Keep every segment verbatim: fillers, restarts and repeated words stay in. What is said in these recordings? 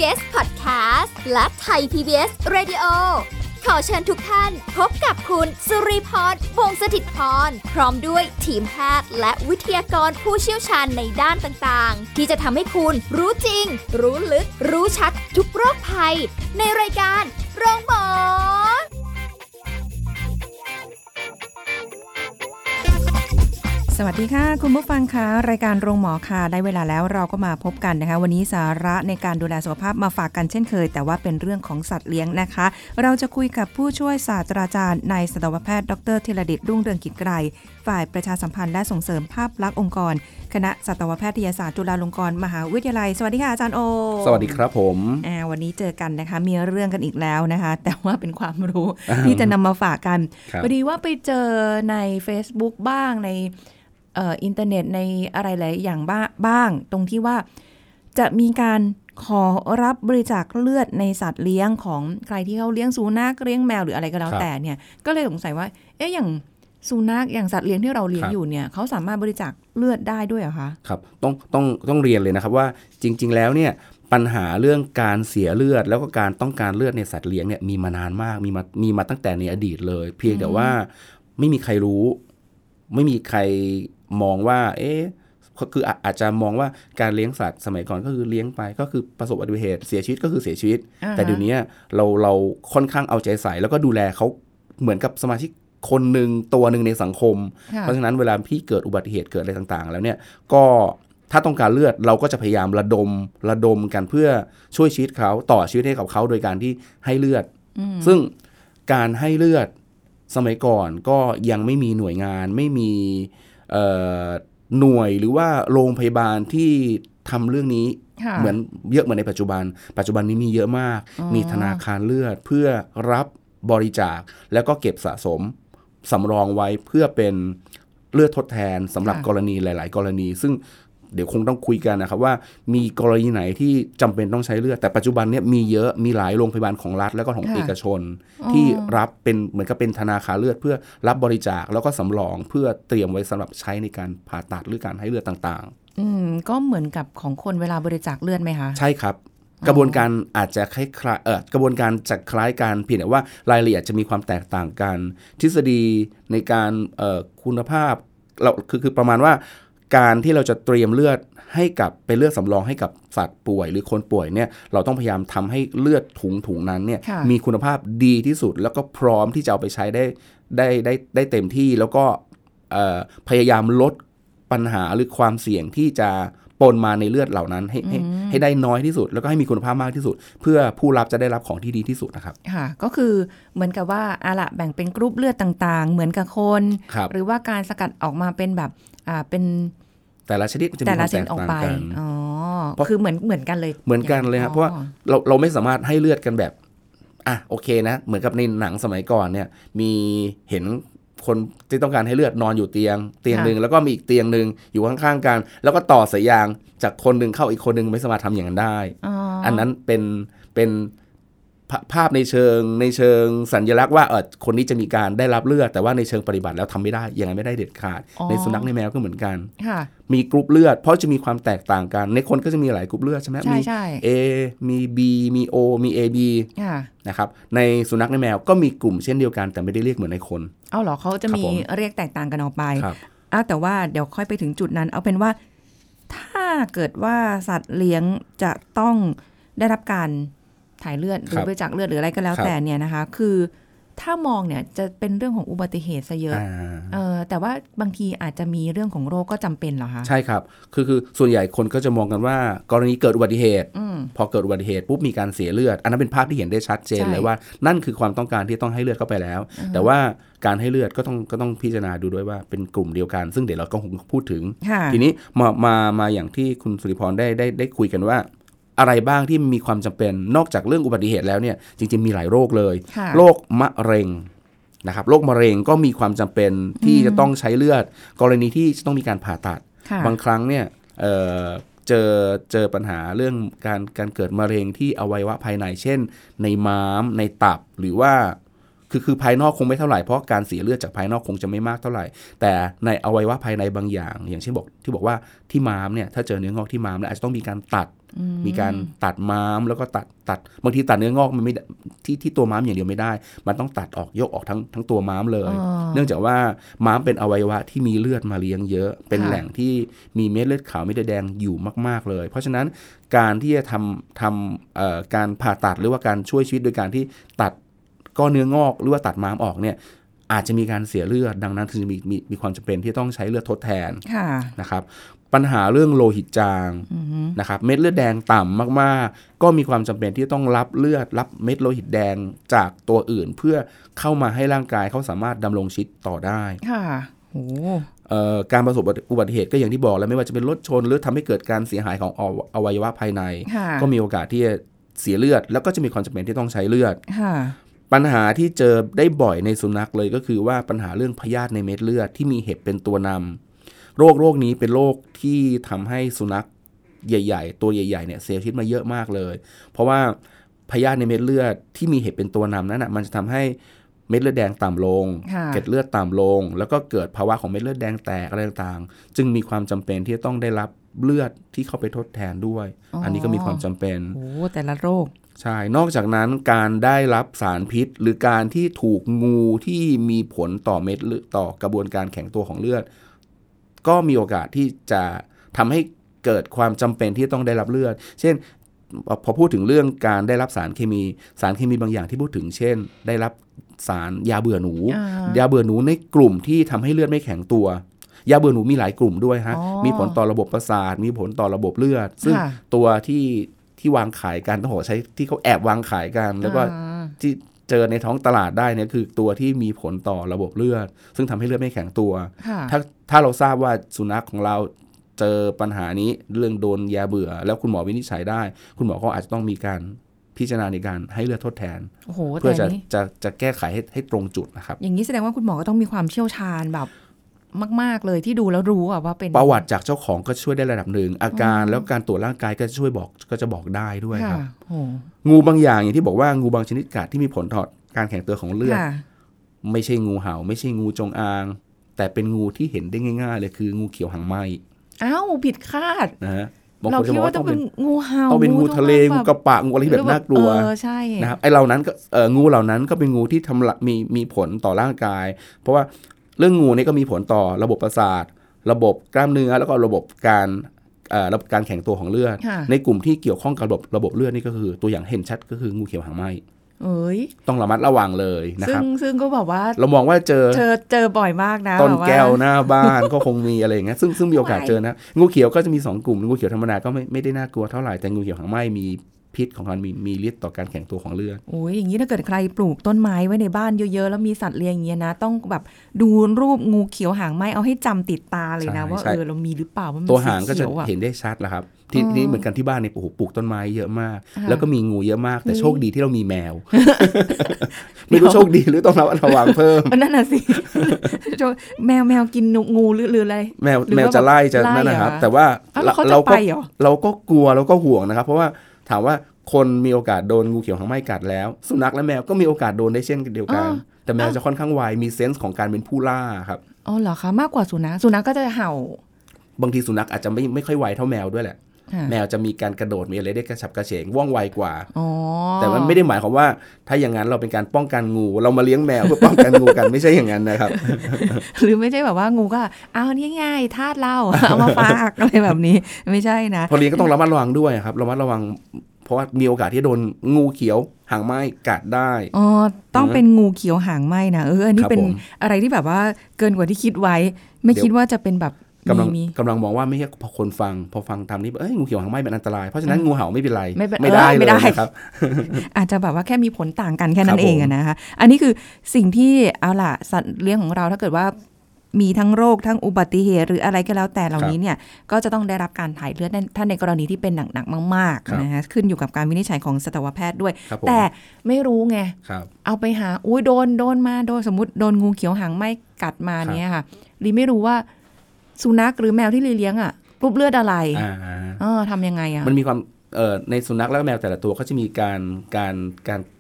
เอส Podcast และ Thai พี บี เอส Radio ขอเชิญทุกท่านพบกับคุณสุริพร วงศ์สถิตพรพร้อมด้วยทีมแพทย์และวิทยากรผู้เชี่ยวชาญในด้านต่างๆที่จะทำให้คุณรู้จริงรู้ลึกรู้ชัดทุกโรคภัยในรายการโรงหมอสวัสดีค่ะคุณผู้ฟังคะรายการโรงหมอค่ะได้เวลาแล้วเราก็มาพบกันนะคะวันนี้สาระในการดูแลสุขภาพมาฝากกันเช่นเคยแต่ว่าเป็นเรื่องของสัตว์เลี้ยงนะคะเราจะคุยกับผู้ช่วยศาสตราจารย์นายสัตวแพทย์ดรธีรดิษฐ์รุ่งเรืองกิจไกรฝ่ายประชาสัมพันธ์และส่งเสริมภาพลักษณ์องค์กรคณะสัตวแพทยศาสตร์จุฬาลงกรณ์มหาวิทยาลัยสวัสดีค่ะอาจารย์โอสวัสดีครับผมอ่าวันนี้เจอกันนะคะมีเรื่องกันอีกแล้วนะคะแต่ว่าเป็นความรู้ที่จะนำมาฝากกันพอดีว่าไปเจอใน Facebook บ้างในเอ่ออินเทอร์เน็ตในอะไรหลายอย่างบ้างบ้างตรงที่ว่าจะมีการขอรับบริจาคเลือดในสัตว์เลี้ยงของใครที่เขาเลี้ยงสุนัขเลี้ยงแมวหรืออะไรก็แล้วแต่เนี่ยก็เลยสงสัยว่าเอ๊ะอย่างสุนัขอย่างสัตว์เลี้ยงที่เราเลี้ยงอยู่เนี่ยเขาสามารถบริจาคเลือดได้ด้วยเหรอคะครับต้องต้องต้องเรียนเลยนะครับว่าจริงๆแล้วเนี่ยปัญหาเรื่องการเสียเลือดแล้วก็การต้องการเลือดในสัตว์เลี้ยงเนี่ยมีมานานมากมีมามีมาตั้งแต่ในอดีตเลยเพียงแต่ว่าไม่มีใครรู้ไม่มีใครมองว่าเอ๊ะคืออาจจะมองว่าการเลี้ยงสัตว์สมัยก่อนก็คือเลี้ยงไปก็คือประสบอุบัติเหตุเสียชีวิตก็คือเสียชีวิต uh-huh. แต่เดี๋ยวนี้เราเราค่อนข้างเอาใจใส่แล้วก็ดูแลเขาเหมือนกับสมาชิกคนหนึ่งตัวหนึ่งในสังคม uh-huh. เพราะฉะนั้นเวลาพี่เกิดอุบัติเหตุเกิดอะไรต่างๆแล้วเนี่ยก็ถ้าต้องการเลือดเราก็จะพยายามระดมระดมกันเพื่อช่วยชีวิตเขาต่อชีวิตให้กับเขาโดยการที่ให้เลือด uh-huh. ซึ่งการให้เลือดสมัยก่อนก็ยังไม่มีหน่วยงานไม่มีหน่วยหรือว่าโรงพยาบาลที่ทำเรื่องนี้เหมือนเยอะเหมือนในปัจจุบันปัจจุบันนี้มีเยอะมากมีธนาคารเลือดเพื่อรับบริจาคแล้วก็เก็บสะสมสำรองไว้เพื่อเป็นเลือดทดแทนสำหรับกรณีหลายๆกรณีซึ่งเดี๋ยวคงต้องคุยกันนะครับว่ามีกรณีไหนที่จำเป็นต้องใช้เลือดแต่ปัจจุบันนี้มีเยอะมีหลายโรงพยาบาลของรัฐแล้วก็ของเอกชนที่รับเป็นเหมือนกับเป็นธนาคารเลือดเพื่อรับบริจาคแล้วก็สำรองเพื่อเตรียมไว้สำหรับใช้ในการผ่าตัดหรือการให้เลือดต่างๆอืมก็เหมือนกับของคนเวลาบริจาคเลือดไหมคะใช่ครับกระบวนการอาจจะคล้ายๆเอ่อกระบวนการจะคล้ายกันเพียงแต่ว่ารายละเอียดจะมีความแตกต่างกันทฤษฎีในการเอ่อคุณภาพเราคือคือประมาณว่าการที่เราจะเตรียมเลือดให้กับเป็นเลือดสำรองให้กับสัตว์ป่วยหรือคนป่วยเนี่ยเราต้องพยายามทำให้เลือดถุงถุงนั้นเนี่ยมีคุณภาพดีที่สุดแล้วก็พร้อมที่จะเอาไปใช้ได้ได้ได้ได้เต็มที่แล้วก็พยายามลดปัญหาหรือความเสี่ยงที่จะปนมาในเลือดเหล่านั้นให้ให้ให้ได้น้อยที่สุดแล้วก็ให้มีคุณภาพมากที่สุดเพื่อผู้รับจะได้รับของที่ดีที่สุดนะครับค่ะก็คือเหมือนกับว่าอะละแบ่งเป็นกรุ๊ปเลือดต่างๆเหมือนกับคนหรือว่าการสกัดออกมาเป็นแบบอ่าเป็นแต่ละชนิดจะมีความแตกต่างกันอ๋อคือเหมือนเหมือนกันเลยเหมือนกันเลยครับเพราะว่าเราเราไม่สามารถให้เลือดกันแบบอ่ะโอเคนะเหมือนกับในหนังสมัยก่อนเนี่ยมีเห็นคนที่ต้องการให้เลือดนอนอยู่เตียงเตียงนึงแล้วก็มีอีกเตียงนึงอยู่ข้างๆกันแล้วก็ต่อสายยางจากคนนึงเข้าอีกคนนึงไม่สามารถทำอย่างนั้นได้ อ, อันนั้นเป็นเป็นภาพในเชิงในเชิงสัญลักษณ์ว่าเออคนนี้จะมีการได้รับเลือดแต่ว่าในเชิงปฏิบัติแล้วทำไม่ได้ยังไงไม่ได้เด็ดขาดในสุนัขในแมวก็เหมือนกันมีกรุ๊ปเลือดเพราะจะมีความแตกต่างกันในคนก็จะมีหลายกรุ๊ปเลือดใช่ไหมมี A มี B มี O มี เอ บี นะครับในสุนัขในแมวก็มีกลุ่มเช่นเดียวกันแต่ไม่ได้เรียกเหมือนในคนเอาเหรอเขาจะมีเรียกแตกต่างกันออกไปอ่ะแต่ว่าเดี๋ยวค่อยไปถึงจุดนั้นเอาเป็นว่าถ้าเกิดว่าสัตว์เลี้ยงจะต้องได้รับการถ่ายเลือดหรือบริจาคเลือดหรืออะไรก็แล้วแต่เนี่ยนะคะคือถ้ามองเนี่ยจะเป็นเรื่องของอุบัติเหตุซะเยอะเออแต่ว่าบางทีอาจจะมีเรื่องของโรคก็จำเป็นเหรอคะใช่ครับคือคือส่วนใหญ่คนก็จะมองกันว่ากรณีเกิดอุบัติเหตุพอเกิดอุบัติเหตุปุ๊บมีการเสียเลือดอันนั้นเป็นภาพที่เห็นได้ชัดเจนเลยว่านั่นคือความต้องการที่ต้องให้เลือดเข้าไปแล้วแต่ว่าการให้เลือดก็ต้องก็ต้องพิจารณาดูด้วยว่าเป็นกลุ่มเดียวกันซึ่งเดี๋ยวเราก็คงพูดถึงทีนี้มามามาอย่างที่คุณสุริพรได้ได้ได้คุยกันว่าอะไรบ้างที่มีความจำเป็นนอกจากเรื่องอุบัติเหตุแล้วเนี่ยจริงๆมีหลายโรคเลยโรคมะเร็งนะครับโรคมะเร็งก็มีความจำเป็นที่จะต้องใช้เลือดกรณีที่จะต้องมีการผ่าตัดบางครั้งเนี่ย เอ่อ เจอเจอปัญหาเรื่องการการเกิดมะเร็งที่อวัยวะภายในเช่นในม้ามในตับหรือว่าคคือคือภายนอกคงไม่เท่าไหร่เพราะการเสียเลือดจากภายนอกคงจะไม่มากเท่าไหร่แต่ในอวัยวะภายในบางอย่างอย่างเช่นบอกที่บอกว่าที่ม้ามเนี่ยถ้าเจอเนื้องอกที่ม้ามเนี่ยอาจจะต้องมีการตัดมีการตัดม้ามแล้วก็ตัดตัดบางทีตัดเนื้องอกมันไม่ที่ที่ตัวม้ามอย่างเดียวไม่ได้มันต้องตัดออกยกออกทั้งทั้งตัวม้ามเลยเนื่องจากว่าม้ามเป็นอวัยวะที่มีเลือดมาเลี้ยงเยอะเป็นแหล่งที่มีเม็ดเลือดขาวเม็ดเลือดแดงอยู่มากๆเลยเพราะฉะนั้นการที่จะทำทำเอ่อการผ่าตัดหรือว่าการช่วยชีวิตโดยการที่ตัดก้อนเนื้องอกหรือว่าตัดม้ามออกเนี่ยอาจจะมีการเสียเลือดดังนั้นคือมีมีมีความจำเป็นที่ต้องใช้เลือดทดแทนนะครับปัญหาเรื่องโลหิตจางนะครับเม็ดเลือดแดงต่ำมากๆก็มีความจำเป็นที่ต้องรับเลือดรับเม็ดโลหิตแดงจากตัวอื่นเพื่อเข้ามาให้ร่างกายเขาสามารถดำรงชีวิตต่อได้ค่ะโอ้การประสบอุบัติเหตุก็อย่างที่บอกแล้วไม่ว่าจะเป็นรถชนหรือทำให้เกิดการเสียหายของอวัยวะภายในก็มีโอกาสที่จะเสียเลือดแล้วก็จะมีความจำเป็นที่ต้องใช้เลือดปัญหาที่เจอได้บ่อยในสุนัขเลยก็คือว่าปัญหาเรื่องพยาธิในเม็ดเลือดที่มีเห็บเป็นตัวนำโรคโรคนี้เป็นโรคที่ทำให้สุนัขใหญ่ๆตัวใหญ่ๆเนี่ยเสียชีวิตมาเยอะมากเลยเพราะว่าพยาธิในเม็ดเลือดที่มีเห็บเป็นตัวนำนั้นนะมันจะทำให้เม็ดเลือดแดงต่ำลงเกล็ดเลือดต่ำลงแล้วก็เกิดภาวะของเม็ดเลือดแดงแตกอะไรต่างๆจึงมีความจำเป็นที่จะต้องได้รับเลือดที่เข้าไปทดแทนด้วย อ, อันนี้ก็มีความจำเป็นโอ้แต่ละโรคใช่นอกจากนั้นการได้รับสารพิษหรือการที่ถูกงูที่มีผลต่อเม็ดเลือดต่อกระบวนการแข็งตัวของเลือดก็มีโอกาสที่จะทำให้เกิดความจำเป็นที่ต้องได้รับเลือดเช่นพอพูดถึงเรื่องการได้รับสารเคมีสารเคมีบางอย่างที่พูดถึงเช่นได้รับสารยาเบื่อหนูยาเบื่อหนูในกลุ่มที่ทำให้เลือดไม่แข็งตัวยาเบื่อหนูมีหลายกลุ่มด้วยฮะมีผลต่อระบบประสาทมีผลต่อระบบเลือดซึ่งตัวที่ที่วางขายกันต้องขอใช้ที่เขาแอบวางขายกันแล้วก็ที่เจอในท้องตลาดได้เนี่ยคือตัวที่มีผลต่อระบบเลือดซึ่งทำให้เลือดไม่แข็งตัวถ้าถ้าเราทราบว่าสุนัขของเราเจอปัญหานี้เรื่องโดนยาเบื่อแล้วคุณหมอวินิจฉัยได้คุณหมอก็อาจจะต้องมีการพิจารณาในการให้เลือดทดแทนเพื่อจะจะจะแก้ไขให้ให้ตรงจุดนะครับอย่างนี้แสดงว่าคุณหมอก็ต้องมีความเชี่ยวชาญแบบมากๆเลยที่ดูแล้วรู้ว่าเป็นประวัติจากเจ้าของก็ช่วยได้ระดับหนึ่งอาการแล้วการตรวจร่างกายก็จะช่วยบอกก็จะบอกได้ด้วยครับงูบางอย่างอย่างที่บอกว่างูบางชนิดกัดที่มีผลต่อการแข็งตัวของเลือดไม่ใช่งูเห่าไม่ใช่งูจงอางแต่เป็นงูที่เห็นได้ง่ายๆเลยคืองูเขียวหางไหมอ้าวผิดคาดนะฮะเราคิดว่าต้องเป็นงูเห่าต้องเป็นงูทะเลงูกระปะงูอะไรที่แบบน่ากลัวนะครับไอ้เหล่านั้นก็เอองูเหล่านั้นก็เป็นงูที่ทำมีมีผลต่อร่างกายเพราะว่าเรื่องงูนี่ก็มีผลต่อระบบประสาทระบบกล้ามเนื้อแล้วก็ระบบการเอ่อระบบการแข็งตัวของเลือดในกลุ่มที่เกี่ยวข้องกับระบบระบบเลือดนี่ก็คือตัวอย่างเห็นชัดก็คืองูเขียวหางไหมเอ้ยต้องระมัดระวังเลยนะครับซึ่งซึ่งก็บอกว่าเรามองว่าเจอเจอเจอบ่อยมากนะต้นแก้วหน้าบ้านก็คงมีอะไรอย่างเงี้ยซึ่งซึ่งมีโอกาสเจอนะงูเขียวก็จะมีสองกลุ่มงูเขียวธรรมดาก็ไม่ไม่ได้น่ากลัวเท่าไหร่แต่งูเขียวหางไหมมีพิษของมันมีมีฤทธิ์ต่อการแข็งตัวของเลือดโอ้ยอย่างนี้ถ้าเกิดใครปลูกต้นไม้ไว้ในบ้านเยอะๆแล้วมีสัตว์เลี้ยงอย่างเงี้ยนะต้องแบบดูรูปงูเขียวหางไหมเอาให้จำติดตาเลยนะว่าเออเรามีหรือเปล่าว่ามันตัวหางก็จะเห็นได้ชัดแล้วครับที่นี้เหมือนกันที่บ้านเนี่ยโอ้โหปลูกต้นไม้เยอะมากแล้วก็มีงูเยอะมากแต่โชคดีที่เรามีแมวไม่รู้โชคดีหรือต้องระวังเพิ่มนั่นน่ะสิแมวแมวกินงูหรืออะไรแมวแมวจะไล่จะนั่นนะครับแต่ว่าเราก็เราก็กลัวเราก็ห่วงนะครับเพราะว่าถามว่าคนมีโอกาสโดนงูเขียวหางไหมกัดแล้วสุนัขและแมวก็มีโอกาสโดนได้เช่นเดียวกันแต่แมวจะค่อนข้างไวมีเซนส์ของการเป็นผู้ล่าครับอ๋อเหรอคะมากกว่าสุนัขสุนัขก็จะเห่าบางทีสุนัขอาจจะไม่ไม่ค่อยไวเท่าแมวด้วยแหละแมวจะมีการกระโดดมีอะไรได้กระฉับกระเฉงว่องไวกว่าแต่มันไม่ได้หมายความว่าถ้าอย่างนั้นเราเป็นการป้องกันงูเรามาเลี้ยงแมวเพื่อป้องกันงูกันไม่ใช่อย่างนั้นนะครับหรือไม่ใช่แบบว่างูก็เอานี่ง่ายทาสเล่าเอามาฝากอะไรแบบนี้ไม่ใช่นะพอเลี้ยงก็ต้องระมัดระวังด้วยครับระมัดระวังเพราะว่ามีโอกาสที่โดนงูเขียวหางไหมกัดได้อ๋อต้องเป็นงูเขียวหางไหมนะเอออันนี้เป็นอะไรที่แบบว่าเกินกว่าที่คิดไว้ไม่คิดว่าจะเป็นแบบกำลังกำลังมองว่าไม่ใช่พอคนฟังพอฟังทำนี้เอ้ยงูเขียวหางไหมเป็นอันตรายเพราะฉะนั้นงูเห่าไม่เป็นไรไม่ได้เลยนะครับอาจจะแบบว่าแค่มีผลต่างกันแค่นั้นเองนะคะอันนี้คือสิ่งที่เอาล่ะสัตว์เลี้ยงของเราถ้าเกิดว่ามีทั้งโรคทั้งอุบัติเหตุหรืออะไรก็แล้วแต่เหล่านี้เนี่ยก็จะต้องได้รับการถ่ายเลือดถ้าในกรณีที่เป็นหนักๆมากๆนะคะขึ้นอยู่กับการวินิจฉัยของสัตวแพทย์ด้วยแต่ไม่รู้ไงเอาไปหาอุ้ยโดนโดนมาโดนสมมติโดนงูเขียวหางไหมกัดมาเนี่ยค่ะลีไม่รู้ว่าสุนัขหรือแมวที่ลีเลี้ยงอ่ะกรุ๊ปเลือดอะไรอ๋อทำยังไงอ่ะมันมีความเอ่อในสุนัขและแมวแต่ละตัวก็จะมีการการการ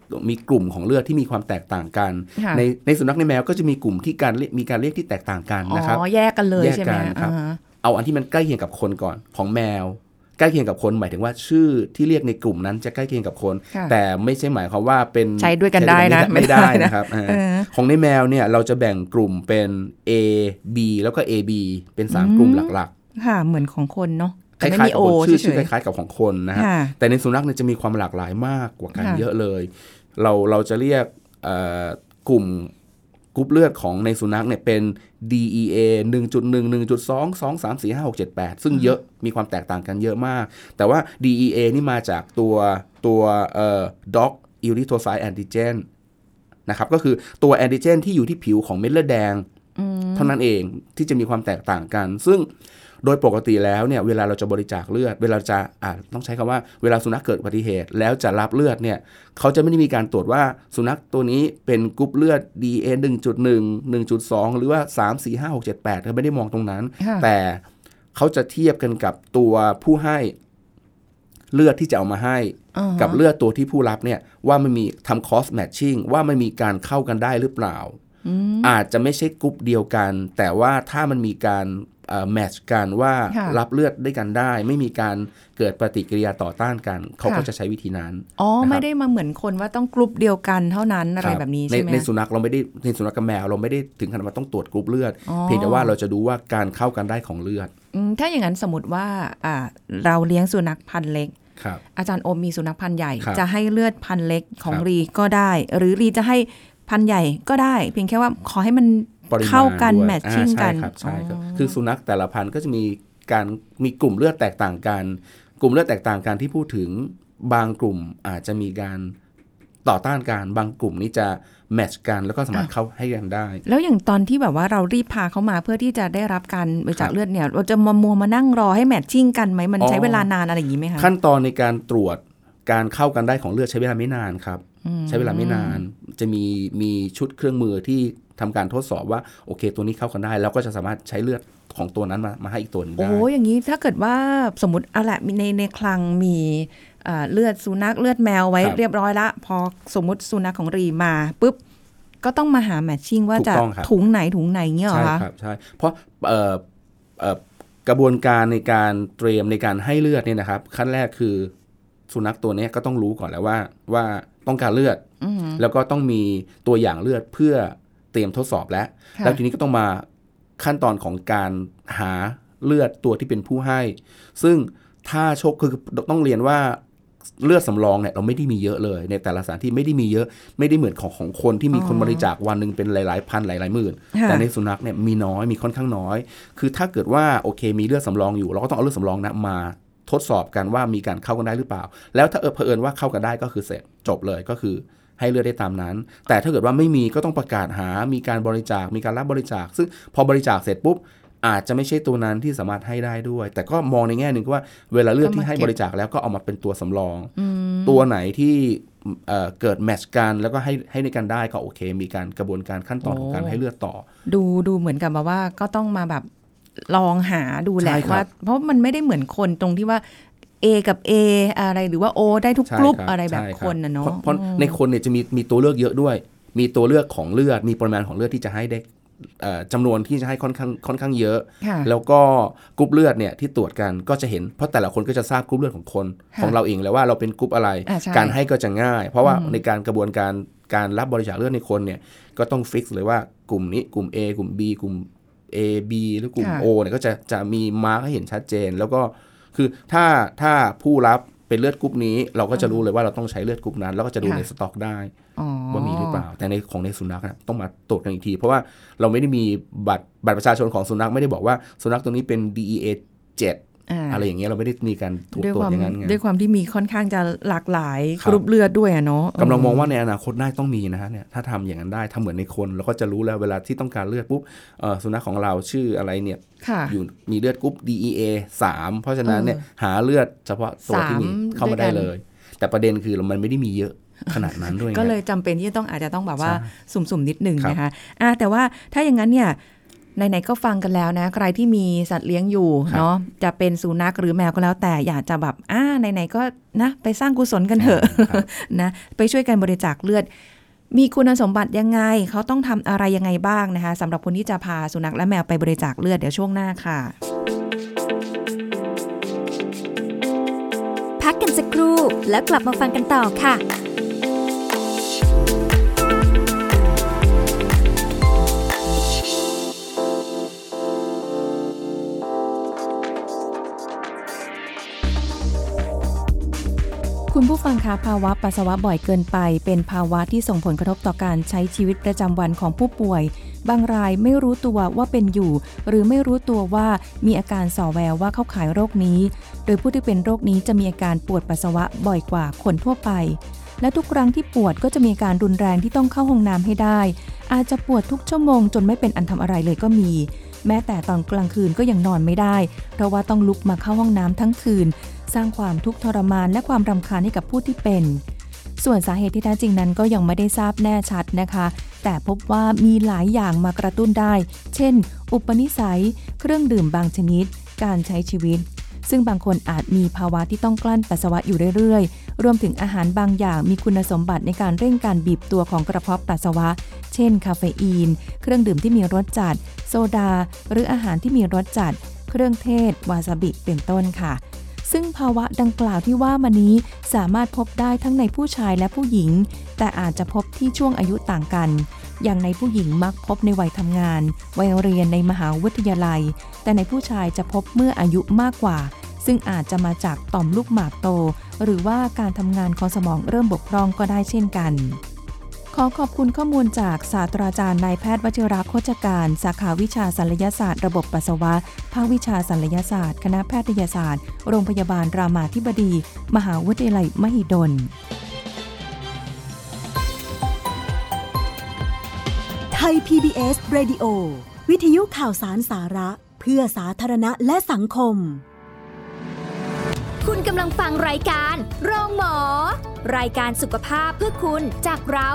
มีกลุ่มของเลือดที่มีความแตกต่างกันในในสุนัขในแมวก็จะมีกลุ่มที่การมีการเรียกที่แตกต่างกันนะครับอ๋อแยกกันเลยใช่ไหมครับเอาอันที่มันใกล้เคียงกับคนก่อนของแมวใกล้เคียงกับคนหมายถึงว่าชื่อที่เรียกในกลุ่มนั้นจะใกล้เคียงกับคนแต่ไม่ใช่หมายความว่าเป็นใช้ด้วยกันได้นะไม่ได้นะครับของในแมวเนี่ยเราจะแบ่งกลุ่มเป็น A B แล้วก็ เอ บี เป็นสามกลุ่มหลักๆค่ะเหมือนของคนเนาะคล้ายๆกับคนชื่อชื่อคล้ายๆกับของคนนะฮะแต่ในสุนัขเนี่ยจะมีความหลากหลายมากกว่ากันเยอะเลยเราเราจะเรียกกลุ่มกรุ๊ปเลือดของในสุนัขเนี่ยเป็น ดี อี เอ หนึ่งจุดหนึ่ง หนึ่งจุดสอง สอง สาม สี่ ห้า หก เจ็ด แปด ซึ่งเยอะมีความแตกต่างกันเยอะมากแต่ว่า ดี อี เอ นี่มาจากตัวตัวเอ่อ dog erythrocyte antigen นะครับก็คือตัวแอนติเจนที่อยู่ที่ผิวของเม็ดเลือดแดงเท่านั้นเองที่จะมีความแตกต่างกันซึ่งโดยปกติแล้วเนี่ยเวลาเราจะบริจาคเลือดเวลาจะอ่าต้องใช้คำว่าเวลาสุนัขเกิดอุบัติเหตุแล้วจะรับเลือดเนี่ยเขาจะไม่ได้มีการตรวจว่าสุนัขตัวนี้เป็นกรุ๊ปเลือด ดี เอ หนึ่งจุดหนึ่ง หนึ่งจุดสอง หรือว่าสาม สี่ ห้า หก เจ็ด แปดเขาไม่ได้มองตรงนั้นแต่เขาจะเทียบกันกับตัวผู้ให้เลือดที่จะเอามาให้ uh-huh. กับเลือดตัวที่ผู้รับเนี่ยว่ามันมีทำ cross matching ว่ามันมีการเข้ากันได้หรือเปล่า uh-huh. อาจจะไม่ใช่กรุ๊ปเดียวกันแต่ว่าถ้ามันมีการแมทช์กันว่ารับเลือดได้กันได้ไม่มีการเกิดปฏิกิริยาต่อต้านกันเขาก็จะใช้วิธีนั้นอ๋อไม่ได้มาเหมือนคนว่าต้องกรุ๊ปเดียวกันเท่านั้นอะไรแบบนี้ใช่ไหมในสุนัขเราไม่ได้ในสุนัขกับแมวเราไม่ได้ถึงขนาดว่าต้องตรวจกรุ๊ปเลือดเพียงแต่ว่าเราจะดูว่าการเข้ากันได้ของเลือดถ้าอย่างนั้นสมมติว่าเราเลี้ยงสุนัขพันธุ์เล็กอาจารย์โอมมีสุนัขพันธุ์ใหญ่จะให้เลือดพันธุ์เล็กของรีก็ได้หรือรีจะให้พันธุ์ใหญ่ก็ได้เพียงแค่ว่าขอให้มันเข้ากันแมทชิ่งกันใช่ครับคือสุนัขแต่ละพันธุ์ก็จะมีการมีกลุ่มเลือดแตกต่างกันกลุ่มเลือดแตกต่างกันที่พูดถึงบางกลุ่มอาจจะมีการต่อต้านกันบางกลุ่มนี้จะแมทช์กันแล้วก็สามารถเข้าให้กันได้แล้วอย่างตอนที่แบบว่าเรารีบพาเขามาเพื่อที่จะได้รับการบริจาคเลือดเนี่ยเราจะมามัวมานั่งรอให้แมทชิ่งกันไหมมันใช้เวลานานอะไรอย่างนี้ไหมคะขั้นตอนในการตรวจการเข้ากันได้ของเลือดใช้เวลาไม่นานครับใช้เวลาไม่นานจะมีมีชุดเครื่องมือที่ทำการทดสอบว่าโอเคตัวนี้เข้ากันได้แล้วก็จะสามารถใช้เลือดของตัวนั้นมามาให้อีกตัวนึงได้โอ้อย่างนี้ถ้าเกิดว่าสมมติอะละในในคลังมีเลือดสุนัขเลือดแมวไว้เรียบร้อยละพอสมมติสุนัขของรีมาปุ๊บก็ต้องมาหาแมทชิ่งว่าจะถุงไหนถุงไหนเงี้ยเหรอคะใช่ครับใช่เพราะกระบวนการในการเตรียมในการให้เลือดเนี่ยนะครับขั้นแรกคือสุนัขตัวนี้ก็ต้องรู้ก่อนแล้วว่าว่าต้องการเลือดแล้วก็ต้องมีตัวอย่างเลือดเพื่อเตรียมทดสอบแล้วแล้วทีนี้ก็ต้องมาขั้นตอนของการหาเลือดตัวที่เป็นผู้ให้ซึ่งถ้าโชคคือต้องเรียนว่าเลือดสำรองเนี่ยเราไม่ได้มีเยอะเลยในแต่ละสถานที่ไม่ได้มีเยอะไม่ได้เหมือนของของคนที่มีคนบริจาควันนึงเป็นหลายๆพันหลายๆหมื่นแต่ในสุนัขเนี่ยมีน้อยมีค่อนข้างน้อยคือถ้าเกิดว่าโอเคมีเลือดสำรองอยู่เราก็ต้องเอาเลือดสำรองนะมาทดสอบกันว่ามีการเข้ากันได้หรือเปล่าแล้วถ้าเออเผอิญว่าเข้ากันได้ก็คือเสร็จจบเลยก็คือให้เลือดได้ตามนั้นแต่ถ้าเกิดว่าไม่มีก็ต้องประกาศหามีการบริจาคมีการรับบริจาคซึ่งพอบริจาคเสร็จปุ๊บอาจจะไม่ใช่ตัวนั้นที่สามารถให้ได้ด้วยแต่ก็มองในแง่นึงว่าเวลาเลือดที่ให้บริจาคแล้วก็เอามาเป็นตัวสำรองตัวไหนที่เอ่อเกิดแมทช์กันแล้วก็ให้ให้ในกันได้ก็โอเคมีการกระบวนการขั้นตอนของการให้เลือดต่อดูดูเหมือนกับว่าก็ต้องมาแบบลองหาดูแหละว่าเพราะมันไม่ได้เหมือนคนตรงที่ว่าA กับ A อะไรหรือว่า O ได้ทุกกลุ่มอะไรแบบคนนะเนาะเพราะในคนเนี่ยจะมีมีตัวเลือกเยอะด้วยมีตัวเลือกของเลือดมีปริมาณของเลือดที่จะให้ได้จำนวนที่จะให้ค่อนข้างค่อนข้างเยอะแล้วก็กรุ๊ปเลือดเนี่ยที่ตรวจกันก็จะเห็นเพราะแต่ละคนก็จะทราบกรุ๊ปเลือดของคนของเราเองแล้วว่าเราเป็นกรุ๊ปอะไรการให้ก็จะง่ายเพราะว่าในการกระบวนการการรับบริจาคเลือดในคนเนี่ยก็ต้องฟิกซ์เลยว่ากลุ่มนี้กลุ่ม A กลุ่ม B กลุ่ม A B หรือกลุ่ม O เนี่ยก็จะจะมีมาร์คให้เห็นชัดเจนแล้วก็คือถ้าถ้าผู้รับเป็นเลือดกรุ๊ปนี้เราก็จะรู้เลยว่าเราต้องใช้เลือดกรุ๊ปนั้นแล้วก็จะดูในสต็อกได้ว่ามีหรือเปล่าแต่ในของในสุนัขนะต้องมาตรวจกันอีกทีเพราะว่าเราไม่ได้มีบัตรบัตรประชาชนของสุนัขไม่ได้บอกว่าสุนัขตัวนี้เป็น ดี อี เอ เจ็ด อะไรอย่างเงี้ยเราไม่ได้มีการถูกตรวจอย่างนั้นไงด้วยความที่มีค่อนข้างจะหลากหลายกรุ๊ปเลือดด้วยอะเนาะกำลังมองว่าในอนาคตได้ต้องมีนะฮะเนี่ยถ้าทำอย่างนั้นได้ทำเหมือนในคนเราก็จะรู้แล้วเวลาที่ต้องการเลือดปุ๊บสุนัขของเราชื่ออะไรเนี่ยอยู่มีเลือดกรุ๊ป ดี อี เอ สาม เพราะฉะนั้นเนี่ยหาเลือดเฉพาะตัวที่มีเข้ามาได้เลยแต่ประเด็นคือมันไม่ได้มีเยอะขนาดนั้นด้วยก็เลยจำเป็นที่จะต้องอาจจะต้องแบบว่าสุ่มๆนิดนึงนะคะอ่ะแต่ว่าถ้าอย่างนั้นเนี่ยไหนๆก็ฟังกันแล้วนะใครที่มีสัตว์เลี้ยงอยู่เนาะจะเป็นสุนัขหรือแมวก็แล้วแต่อยากจะแบบอ่าไหนๆก็นะไปสร้างกุศลกันเถอะ นะไปช่วยกันบริจาคเลือดมีคุณสมบัติยังไงเขาต้องทำอะไรยังไงบ้างนะคะสำหรับคนที่จะพาสุนัขและแมวไปบริจาคเลือดเดี๋ยวช่วงหน้าค่ะพักกันสักครู่แล้วกลับมาฟังกันต่อค่ะคุณผู้ฟังคะภาวะปัสสาวะบ่อยเกินไปเป็นภาวะที่ส่งผลกระทบต่อการใช้ชีวิตประจำวันของผู้ป่วยบางรายไม่รู้ตัวว่าเป็นอยู่หรือไม่รู้ตัวว่ามีอาการส่อแววว่าเข้าข่ายโรคนี้โดยผู้ที่เป็นโรคนี้จะมีอาการปวดปัสสาวะบ่อยกว่าคนทั่วไปและทุกครั้งที่ปวดก็จะมีอาการรุนแรงที่ต้องเข้าห้องน้ำให้ได้อาจจะปวดทุกชั่วโมงจนไม่เป็นอันทำอะไรเลยก็มีแม้แต่ตอนกลางคืนก็ยังนอนไม่ได้เพราะว่าต้องลุกมาเข้าห้องน้ำทั้งคืนสร้างความทุกข์ทรมานและความรำคาญให้กับผู้ที่เป็นส่วนสาเหตุที่แท้จริงนั้นก็ยังไม่ได้ทราบแน่ชัดนะคะแต่พบว่ามีหลายอย่างมากระตุ้นได้เช่นอุปนิสัยเครื่องดื่มบางชนิดการใช้ชีวิตซึ่งบางคนอาจมีภาวะที่ต้องกลั้นปัสสาวะอยู่เรื่อยๆรวมถึงอาหารบางอย่างมีคุณสมบัติในการเร่งการบีบตัวของกระเพาะปัสสาวะเช่นคาเฟอีนเครื่องดื่มที่มีรสจัดโซดาหรืออาหารที่มีรสจัดเครื่องเทศวาซาบิเป็นต้นค่ะซึ่งภาวะดังกล่าวที่ว่ามานี้สามารถพบได้ทั้งในผู้ชายและผู้หญิงแต่อาจจะพบที่ช่วงอายุต่างกันอย่างในผู้หญิงมักพบในวัยทำงานวัยเรียนในมหาวิทยาลัยแต่ในผู้ชายจะพบเมื่ออายุมากกว่าซึ่งอาจจะมาจากต่อมลูกหมากโตหรือว่าการทำงานของสมองเริ่มบกพร่องก็ได้เช่นกันขอขอบคุณข้อมูลจากศาสตราจารย์นายแพทย์วชิรโคชการสาขาวิชาศัลยศาสตร์ระบบปัสสาวะภาควิชาศัลยศาสตร์คณะแพทยศาสตร์โรงพยาบาลรามาธิบดีมหาวิทยาลัยมหิดลไทย พี บี เอส Radio วิทยุข่าวสารสาระเพื่อสาธารณะและสังคมคุณกำลังฟังรายการโรงหมอรายการสุขภาพเพื่อคุณจากเรา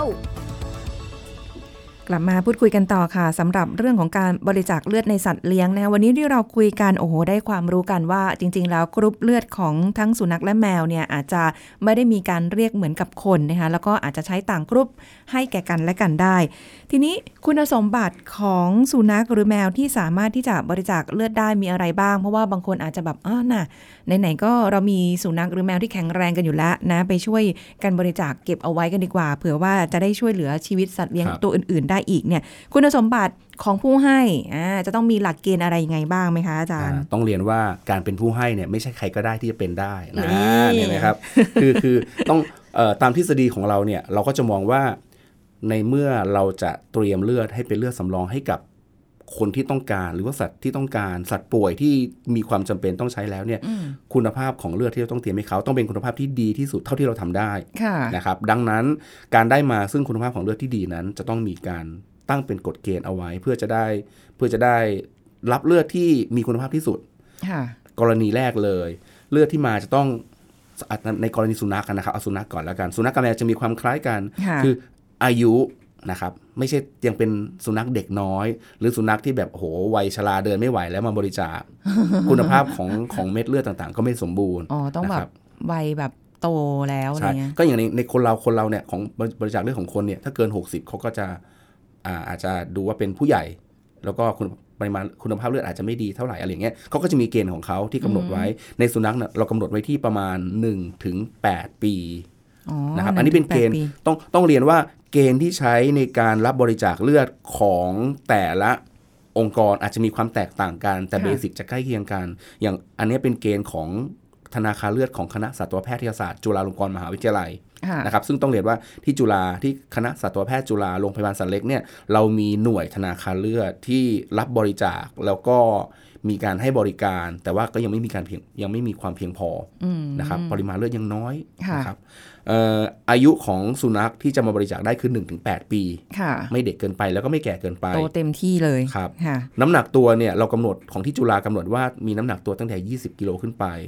กลับมาพูดคุยกันต่อค่ะสำหรับเรื่องของการบริจาคเลือดในสัตว์เลี้ยงนะวันนี้ที่เราคุยกันโอ้โหได้ความรู้กันว่าจริงๆแล้วกรุ๊ปเลือดของทั้งสุนัขและแมวเนี่ยอาจจะไม่ได้มีการเรียกเหมือนกับคนนะคะแล้วก็อาจจะใช้ต่างกรุ๊ปให้แก่กันและกันได้ทีนี้คุณสมบัติของสุนัขหรือแมวที่สามารถที่จะบริจาคเลือดได้มีอะไรบ้างเพราะว่าบางคนอาจจะแบบอ้อน่ะไหนๆก็เรามีสุนัขหรือแมวที่แข็งแรงกันอยู่แล้วนะไปช่วยกันบริจาคเก็บเอาไว้กันดีกว่าเผื่อว่าจะได้ช่วยเหลือชีวิตสัตว์เลี้ยงตัวอื่นๆได้อีกเนี่ยคุณสมบัติของผู้ให้อ่าจะต้องมีหลักเกณฑ์อะไรยังไงบ้างไหมคะอาจารย์ต้องเรียนว่าการเป็นผู้ให้เนี่ยไม่ใช่ใครก็ได้ที่จะเป็นได้นะเนี่ยนะครับคือคือต้องเอ่อตามทฤษฎีของเราเนี่ยเราก็จะมองว่าในเมื่อเราจะเตรียมเลือดให้เป็นเลือดสำรองให้กับคนที่ต้องการหรือว่าสัตว์ที่ต้องการสัตว์ป่วยที่มีความจำเป็นต้องใช้แล้วเนี่ยคุณภาพของเลือดที่เราต้องเตรียมให้เขาต้องเป็นคุณภาพที่ดีที่สุดเท่าที่เราทำได้นะครับดังนั้นการได้มาซึ่งคุณภาพของเลือดที่ดีนั้นจะต้องมีการตั้งเป็นกฎเกณฑ์เอาไว้เพื่อจะได้เพื่อจะได้รับเลือดที่มีคุณภาพที่สุดกรณีแรกเลยเลือดที่มาจะต้องในกรณีสุนัขนะครับเอาสุนัขก่อนแล้วกันสุนัขกับแมวจะมีความคล้ายกันคืออายุนะครับไม่ใช่ยังเป็นสุนัขเด็กน้อยหรือสุนัขที่แบบโอ้โหวัยชราเดินไม่ไหวแล้วมาบริจาค คุณภาพของของเม็ดเลือดต่างๆก็ไม่สมบูรณ์อ๋อต้องแบบวัยแบบโตแล้วอะไรเงี้ยก็อย่างในในคนเราคนเราเนี่ยของบริจาคเลือดของคนเนี่ยถ้าเกินหกสิบเขาก็จะอ่าอาจจะดูว่าเป็นผู้ใหญ่แล้วก็คุณปริมาณคุณภาพเลือดอาจจะไม่ดีเท่าไหร่อะไรอย่างเงี้ยเขาก็จะมีเกณฑ์ของเขาที่กำหนดไว้ในสุนัขเรากำหนดไว้ที่ประมาณ หนึ่งถึงแปด ปีนะครับอันนี้เป็นเกณฑ์ต้องต้องเรียนว่าเกณฑ์ที่ใช้ในการรับบริจาคเลือดของแต่ละองค์กรอาจจะมีความแตกต่างกันแต่เบสิกจะใกล้เคียงกันอย่างอันนี้เป็นเกณฑ์ของธนาคารเลือดของคณะสัตวแพทยศาสตร์จุฬาลงกรณ์มหาวิทยาลัยนะครับซึ่งต้องเรียนว่าที่จุฬาที่คณะสัตวแพทย์จุฬาโรงพยาบาลสัตว์เล็กเนี่ยเรามีหน่วยธนาคารเลือดที่รับบริจาคแล้วก็มีการให้บริการแต่ว่าก็ยังไม่มีการเพียงยังไม่มีความเพียงพอนะครับปริมาณเลือดยังน้อยนะครับเอ่ออายุของสุนัขที่จะมาบริจาคได้คือ หนึ่งถึงแปด ปีไม่เด็กเกินไปแล้วก็ไม่แก่เกินไปโตเต็มที่เลยครับน้ำหนักตัวเนี่ยเรากำหนดของที่จุฬากำหนดว่ามีน้ำหนักตัวตั้งแต่ยี่สิบกิโลขึ้นไป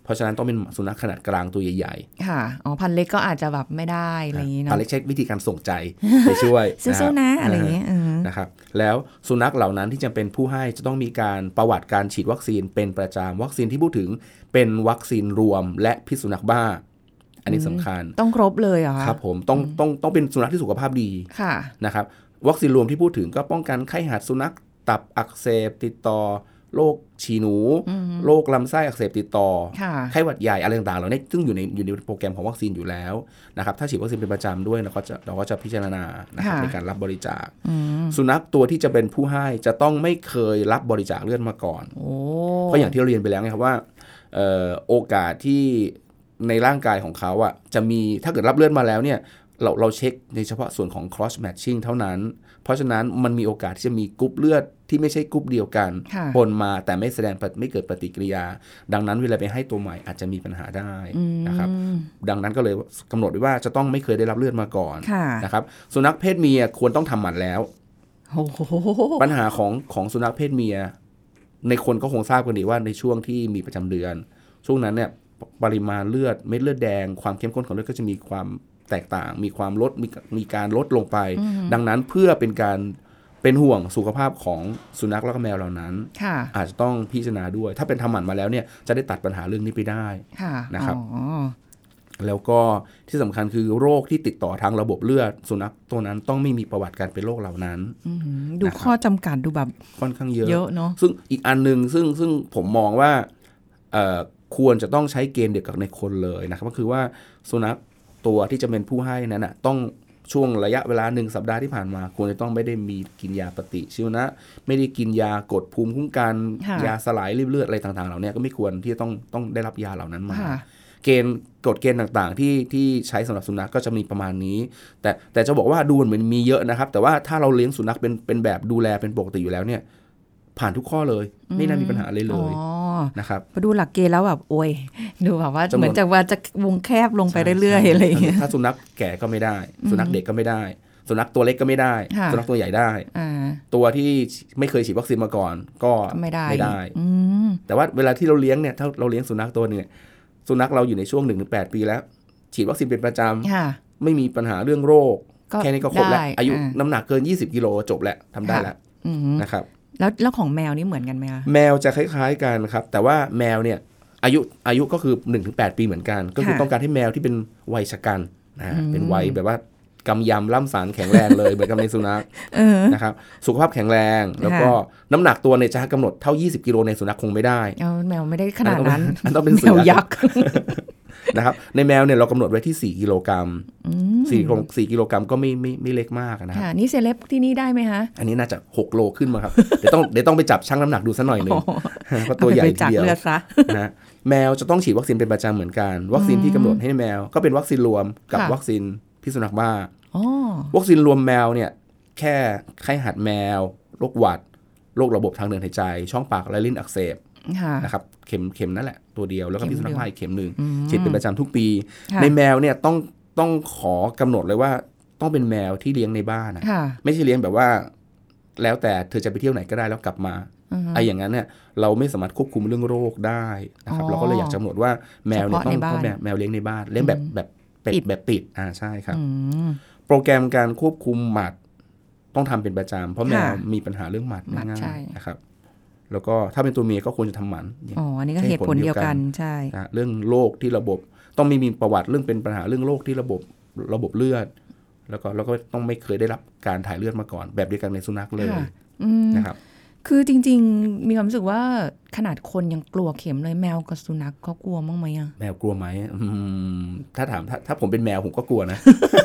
เพราะฉะนั้นต้องเป็นสุนัขขนาดกลางตัวใหญ่ๆค่ะอ๋อพันธุ์เล็กก็อาจจะแบบไม่ได้อะไรอย่างนี้เนาะพันธุ์เล็กใช้วิธีการส่งใจไปช่วยสู้ๆนะอะไรอย่างเงี้ยนะครับแล้วสุนัขเหล่านั้นที่จะเป็นผู้ให้จะต้องมีการประวัติการฉีดวัคซีนเป็นประจำวัคซีนที่พูดถึงเป็นวัคซีนรวมและพิษสุนัขบ้าอันนี้สำคัญต้องครบเลยเหรอคะครับผมต้องต้องต้องเป็นสุนัขที่สุขภาพดีนะครับวัคซีนรวมที่พูดถึงก็ป้องกันไข้หัดสุนัขตับอักเสบติดต่อโรคฉี่หนูโรคลำไส้อักเสบติดต่อไข้หวัดใหญ่อะไรต่างๆเหล่านี้ซึ่งอยู่ในอยู่ในโปรแกรมของวัคซีนอยู่แล้วนะครับถ้าฉีดวัคซีนเป็นประจำด้วยเราก็จะเราก็จะพิจารณานะครับในการรับบริจาคสุนัขตัวที่จะเป็นผู้ให้จะต้องไม่เคยรับบริจาคเลือดมาก่อนเพราะอย่างที่เราเรียนไปแล้วไงครับว่าเอ่อโอกาสที่ในร่างกายของเขาอ่ะจะมีถ้าเกิดรับเลือดมาแล้วเนี่ยเราเราเช็คในเฉพาะส่วนของ cross matching เท่านั้นเพราะฉะนั้นมันมีโอกาสที่จะมีกรุ๊ปเลือดที่ไม่ใช่กรุ๊ปเดียวกันปนมาแต่ไม่แสดงไม่เกิดปฏิกิริยาดังนั้นเวลาไปให้ตัวใหม่อาจจะมีปัญหาได้นะครับดังนั้นก็เลยกำหนดไว้ว่าจะต้องไม่เคยได้รับเลือดมาก่อนนะครับสุนัขเพศเมียควรต้องทำหมันแล้วปัญหาของของสุนัขเพศเมียในคนก็คงทราบกันดีว่าในช่วงที่มีประจำเดือนช่วงนั้นเนี่ยปริมาณเลือดเม็ดเลือดแดงความเข้มข้นของเลือดก็จะมีความแตกต่างมีความลดมีมีการลดลงไปดังนั้นเพื่อเป็นการเป็นห่วงสุขภาพของสุนัขและก็แมวเหล่านั้นอาจจะต้องพิจารณาด้วยถ้าเป็นทำหมันมาแล้วเนี่ยจะได้ตัดปัญหาเรื่องนี้ไปได้นะครับแล้วก็ที่สำคัญคือโรคที่ติดต่อทางระบบเลือดสุนัขตัวนั้นต้องไม่มีประวัติการเป็นโรคเหล่านั้นดูข้อจำกัดดูแบบค่อนข้างเยอะเยอะเนาะซึ่งอีกอันนึงซึ่งซึ่งผมมองว่าควรจะต้องใช้เกณฑ์เดียวกับในคนเลยนะครับก็คือว่าสุนัขตัวที่จะเป็นผู้ให้นั้นนะต้องช่วงระยะเวลาหนึ่งสัปดาห์ที่ผ่านมาควรจะต้องไม่ได้มีกินยาปฏิชีวนะไม่ได้กินยากดภูมิคุ้มกันยาสลายริ่มเลือดอะไรต่างๆเหล่านี้ก็ไม่ควรที่จะต้องต้องได้รับยาเหล่านั้นมาเกณฑ์กฎเกณฑ์ต่างๆที่ที่ใช้สำหรับสุนัขก็จะมีประมาณนี้แต่แต่จะบอกว่าดูเหมือนมีเยอะนะครับแต่ว่าถ้าเราเลี้ยงสุนัขเป็นเป็นแบบดูแลเป็นปกติอยู่แล้วเนี่ยผ่านทุกข้อเลยไม่น่ามีปัญหาเลยเลยนะครับพอดูหลักเกณฑ์แล้วแบบโอ้ยดูแบบว่าเหมือนจะว่าจะวงแคบลงไปเรื่อยๆอะไรอย่างเงี้ยถ้าสุนัขแก่ก็ไม่ได้สุนัขเด็กก็ไม่ได้สุนัขตัวเล็กก็ไม่ได้สุนัขตัวใหญ่ได้ตัวที่ไม่เคยฉีดวัคซีนมาก่อนก็ไม่ได้ไม่ได้แต่ว่าเวลาที่เราเลี้ยงเนี่ยถ้าเราเลี้ยงสุนัขตัวนึงสุนัขเราอยู่ในช่วง หนึ่งถึงแปด ปีแล้วฉีดวัคซีนเป็นประจำไม่มีปัญหาเรื่องโรคแค่นี้ก็ครบแล้วอายุน้ำหนักเกินยี่สิบกิโลจบแล้วทำได้แล้วนะครับแล้วแล้วของแมวนี่เหมือนกันไหมคะแมวจะคล้ายๆกันครับแต่ว่าแมวเนี่ยอายุอายุก็คือ หนึ่งถึงแปด ปีเหมือนกันก็คือต้องการให้แมวที่เป็นวัยชกันนะเป็นวัยแบบว่ากำยำล่ำสันแข็งแรงเลยเหมือนกับในสุนัขนะครับสุขภาพแข็งแรงแล้วก็น้ำหนักตัวในจะกำหนดเท่ายี่สิบกิโลในสุนัขคงไม่ได้แมวไม่ได้ขนาดนั้นอันต้องเป็นแมวยักษ์นะครับในแมวเนี่ยเรากำหนดไว้ที่สี่กิโลกรัมสี่กิโลกรัมก็ไม่ไม่ไม่เล็กมากนะครับนี่เซเลบที่นี่ได้ไหมคะอันนี้น่าจะหกโลขึ้นมาครับเดี๋ยวต้องเดี๋ยวต้องไปจับชั่งน้ำหนักดูซะหน่อยนึงเพราะตัวใหญ่ทีเดียวนะแมวจะต้องฉีดวัคซีนเป็นประจำเหมือนกันวัคซีนที่กำหนดให้แมวก็เป็นวัคซีนรวมกับวัคซีนพิษสุนัขบ้าวัคซีนรวมแมวเนี่ยแค่ไข้หัดแมวโรคหวัดโรคระบบทางเดินหายใจช่องปากและลิ้นอักเสบนะครับเข็มเข็มนั่นแหละตัวเดียวแล้วก็พิษสุนัขบ้าอีกเข็มนึงฉีดเป็นประจำทุกปีในแมวเนี่ยต้องต้องขอกำหนดเลยว่าต้องเป็นแมวที่เลี้ยงในบ้านนะไม่ใช่เลี้ยงแบบว่าแล้วแต่เธอจะไปเที่ยวไหนก็ได้แล้วกลับมาไอ้อย่างนั้นเนี่ยเราไม่สามารถควบคุมเรื่องโรคได้นะครับเราก็เลยอยากจะกำหนดว่าแมวเนี่ยต้องต้องแมวแมวเลี้ยงในบ้านเลี้ยงแบบแบบปิดแบบปิดอ่าใช่ครับโปรแกรมการควบคุมหมัดต้องทำเป็นประจำเพราะแมวมีปัญหาเรื่องหมัดง่ายๆนะครับแล้วก็ถ้าเป็นตัวเมียก็ควรจะทำหมันอ๋ออันนี้ก็เหตุผลเดียวกันใช่เรื่องโรคที่ระบบต้องไม่มีประวัติเรื่องเป็นปัญหาเรื่องโรคที่ระบบระบบเลือดแล้วก็แล้วก็ต้องไม่เคยได้รับการถ่ายเลือดมาก่อนแบบเดียวกันในสุนัขเลยนะครับคือจริงๆมีความรู้สึกว่าขนาดคนยังกลัวเข็มเลยแมวกับสุนัขเขากลัวมั้งไหมอ่ะแมวกลัวไหมถ้าถามถ้าถ้าผมเป็นแมวผมก็กลัวนะ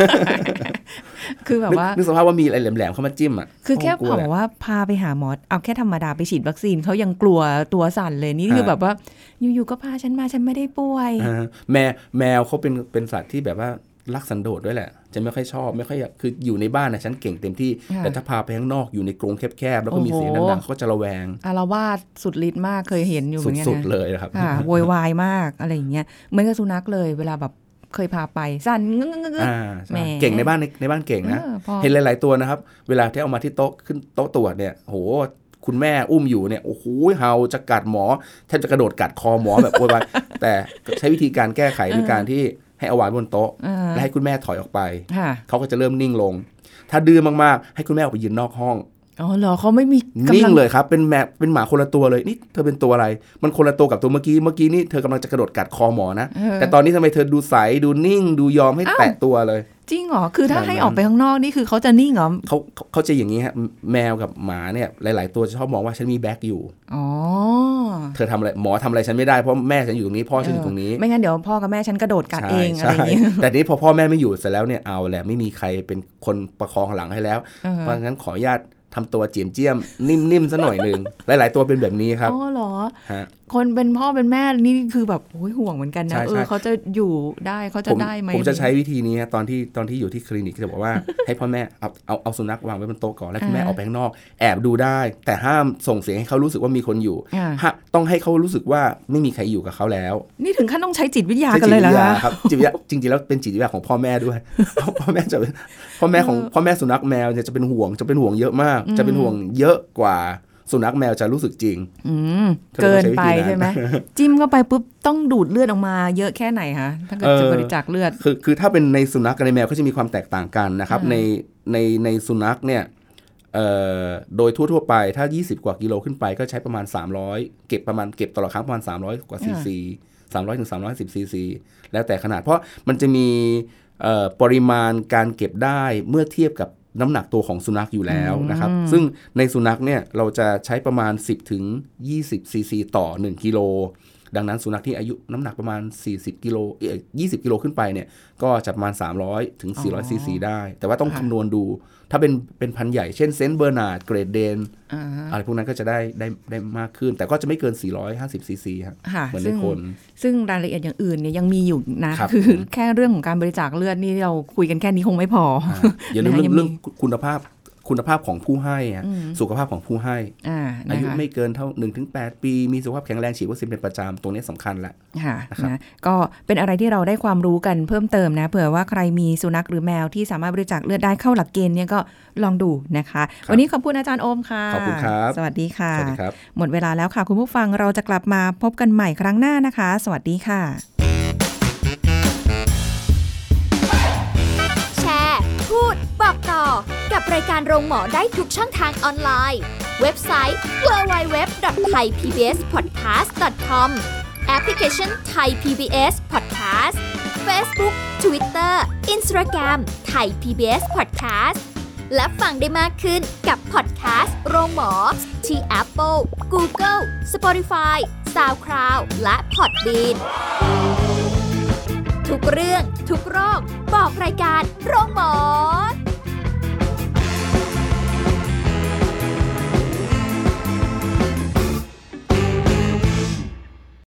คือแบบว่านึกสภาพว่ามีอะไรแหลมๆเข้ามาจิ้มอ่ะคือแค่บอกว่าพาไปหาหมอเอาแค่ธรรมดาไปฉีดวัคซีนเขายังกลัวตัวสั่นเลยนี่คือแบบว่าอยู่ๆก็พาฉันมาฉันไม่ได้ป่วยแมวแมวเขาเป็นเป็นสัตว์ที่แบบว่ารักสันโดษด้วยแหละจะไม่ค่อยชอบไม่ค่อยคืออยู่ในบ้านนะฉันเก่งเต็มที่แต่ถ้าพาไปข้างนอกอยู่ในกรงแคบๆแล้วก็มีเสียงดังๆเขาก็จะระแวงอารวาสสุดฤทธิ์มากเคยเห็นอยู่เหมือนกันนะสุดๆเลยครับโวยวายมากอะไรอย่างเงี้ยเหมือนกับสุนัขเลยเวลาแบบเคยพาไปสั่นงึ้งๆๆแหมเก่งในบ้านในในบ้านเก่งนะเห็นหลายๆตัวนะครับเวลาที่เอามาที่โต๊ะขึ้นโต๊ะตรวจเนี่ยโหคุณแม่อุ้มอยู่เนี่ยโอ้โหเห่าจะกัดหมอแทบจะกระโดดกัดคอหมอแบบโวยวายแต่ใช้วิธีการแก้ไขด้วยการที่ให้เอาวางบนโต๊ะและให้คุณแม่ถอยออกไปเขาก็จะเริ่มนิ่งลงถ้าดื้อมากๆให้คุณแม่ออกไปยืนนอกห้องอ๋อเหรอเขาไม่มีนิ่งเลยครับเป็นแมเป็นหมาคนละตัวเลยนี่เธอเป็นตัวอะไรมันคนละตัวกับตัวเมื่อกี้เมื่อกี้นี่เธอกำลังจะกระโดดกัดคอหมอนะแต่ตอนนี้ทำไมเธอดูใสดูนิ่งดูยอมให้แตะตัวเลยจริงเหรอคือถ้าให้ออกไปข้างนอกนี่คือเขาจะนิ่งเหรอเขาเขาจะอย่างนี้ฮะแมวกับหมาเนี่ยหลายๆตัวจะชอบมองว่าฉันมีแบ็คอยู่อ๋อเธอทำอะไรหมอทำอะไรฉันไม่ได้เพราะแม่ฉันอยู่ตรงนี้พ่อฉันอยู่ตรงนี้ไม่งั้นเดี๋ยวพ่อกับแม่ฉันกระโดดกัดเองอะไรอย่างนี้แต่นี้พอพ่อแม่ไม่อยู่เสร็จแล้วเนี่ยเอาแหละไม่มีใครเป็นคนประคองหลังให้แล้วเพราะงั้นขออนุญาตทำตัวเจียมเจียมนิ่มๆซะหน่อยนึงหลายๆตัวเป็นแบบนี้ครับอ๋อเหรอคนเป็นพ่อเป็นแม่นี่คือแบบโอ้ยห่วงเหมือนกันนะเออเขาจะอยู่ได้เขาจะได้ไหมผมจะใช้วิธีนี้ตอนที่ตอนที่อยู่ที่คลินิกจะบอกว่าให้พ่อแม่เอาเอาเอาสุนัขวางไว้บนโต๊ะก่อนแล้วคุณแม่ออกไปข้างนอกแอบดูได้แต่ห้ามส่งเสียงให้เขารู้สึกว่ามีคนอยู่ต้องให้เขารู้สึกว่าไม่มีใครอยู่กับเขาแล้วนี่ถึงขั้นต้องใช้จิตวิทยากันเลยเหรอครับจิตวิทยาจริงๆแล้วเป็นจิตวิทยาของพ่อแม่ด้วยพ่อแม่จะเป็นพ่อแม่ของพ่อแม่สุนัขแมวจะเป็นห่วงจะเป็นห่วงเยอะมากจะเป็นห่วงเยอะกว่าสุนัขแมวจะรู้สึกจริงเกินไปใช่ไหมจิ้มเข้าไปปุ๊บต้องดูดเลือดออกมาเยอะแค่ไหนคะถ้าเกิดจะบริจาคเลือดคือคือถ้าเป็นในสุนัขกับในแมวก็จะมีความแตกต่างกันนะครับในในในสุนัขเนี่ยโดยทั่วๆไปถ้ายี่สิบกว่ากิโลขึ้นไปก็ใช้ประมาณสามร้อยเก็บประมาณเก็บต่อครั้งประมาณสามร้อยกว่าซีซีสามร้อยถึงสามร้อยสิบซีซีแล้วแต่ขนาดเพราะมันจะมีปริมาณการเก็บได้เมื่อเทียบกับน้ำหนักตัวของสุนัขอยู่แล้วนะครับซึ่งในสุนัขเนี่ยเราจะใช้ประมาณสิบถึงยี่สิบซีซีต่อหนึ่งกิโลดังนั้นสุนัขที่อายุน้ำหนักประมาณสี่สิบกิโลเอ่อยี่สิบกิโลขึ้นไปเนี่ยก็จะประมาณสามร้อยถึงสี่ร้อยซีซีได้แต่ว่าต้องคำนวณดูถ้าเป็นเป็นพันธุ์ใหญ่เช่นเซนต์เบอร์นาร์ดเกรดเดนอะไรพวกนั้นก็จะได้ได้ได้มากขึ้นแต่ก็จะไม่เกินสี่ร้อยห้าสิบซีซีครับเหมือนในคนซึ่งรายละเอียดอย่างอื่นเนี่ยยังมีอยู่นะคือแค่เรื่องของการบริจาคเลือดนี่เราคุยกันแค่นี้คงไม่พออย่าลืมเรื่องคุณภาพคุณภาพของผู้ให้สุขภาพของผู้ให้อายุไม่เกินเท่า หนึ่งถึงแปด ปีมีสุขภาพแข็งแรงฉีดวัคซีนเป็นประจำตรงนี้สำคัญแหละนะครับก็เป็นอะไรที่เราได้ความรู้กันเพิ่มเติมนะเผื่อว่าใครมีสุนัขหรือแมวที่สามารถบริจาคเลือดได้เข้าหลักเกณฑ์เนี่ยก็ลองดูนะคะวันนี้ขอบคุณอาจารย์โอมค่ะขอบคุณครับสวัสดีค่ะสวัสดีครับหมดเวลาแล้วค่ะคุณผู้ฟังเราจะกลับมาพบกันใหม่ครั้งหน้านะคะสวัสดีค่ะแชร์พูดบอกต่อกับรายการโรงหมอได้ทุกช่องทางออนไลน์เว็บไซต์ ดับเบิลยู ดับเบิลยู ดับเบิลยู ดอท ไทย พี บี เอส พอดแคสต์ ดอท คอม แอปพลิเคชัน Thai พี บี เอส Podcast Facebook Twitter Instagram Thai พี บี เอส Podcast และฟังได้มากขึ้นกับพอดแคสต์โรงหมอที่ Apple, Google, Spotify, SoundCloud และ Podbean ทุกเรื่องทุกโรคบอกรายการโรงหมอ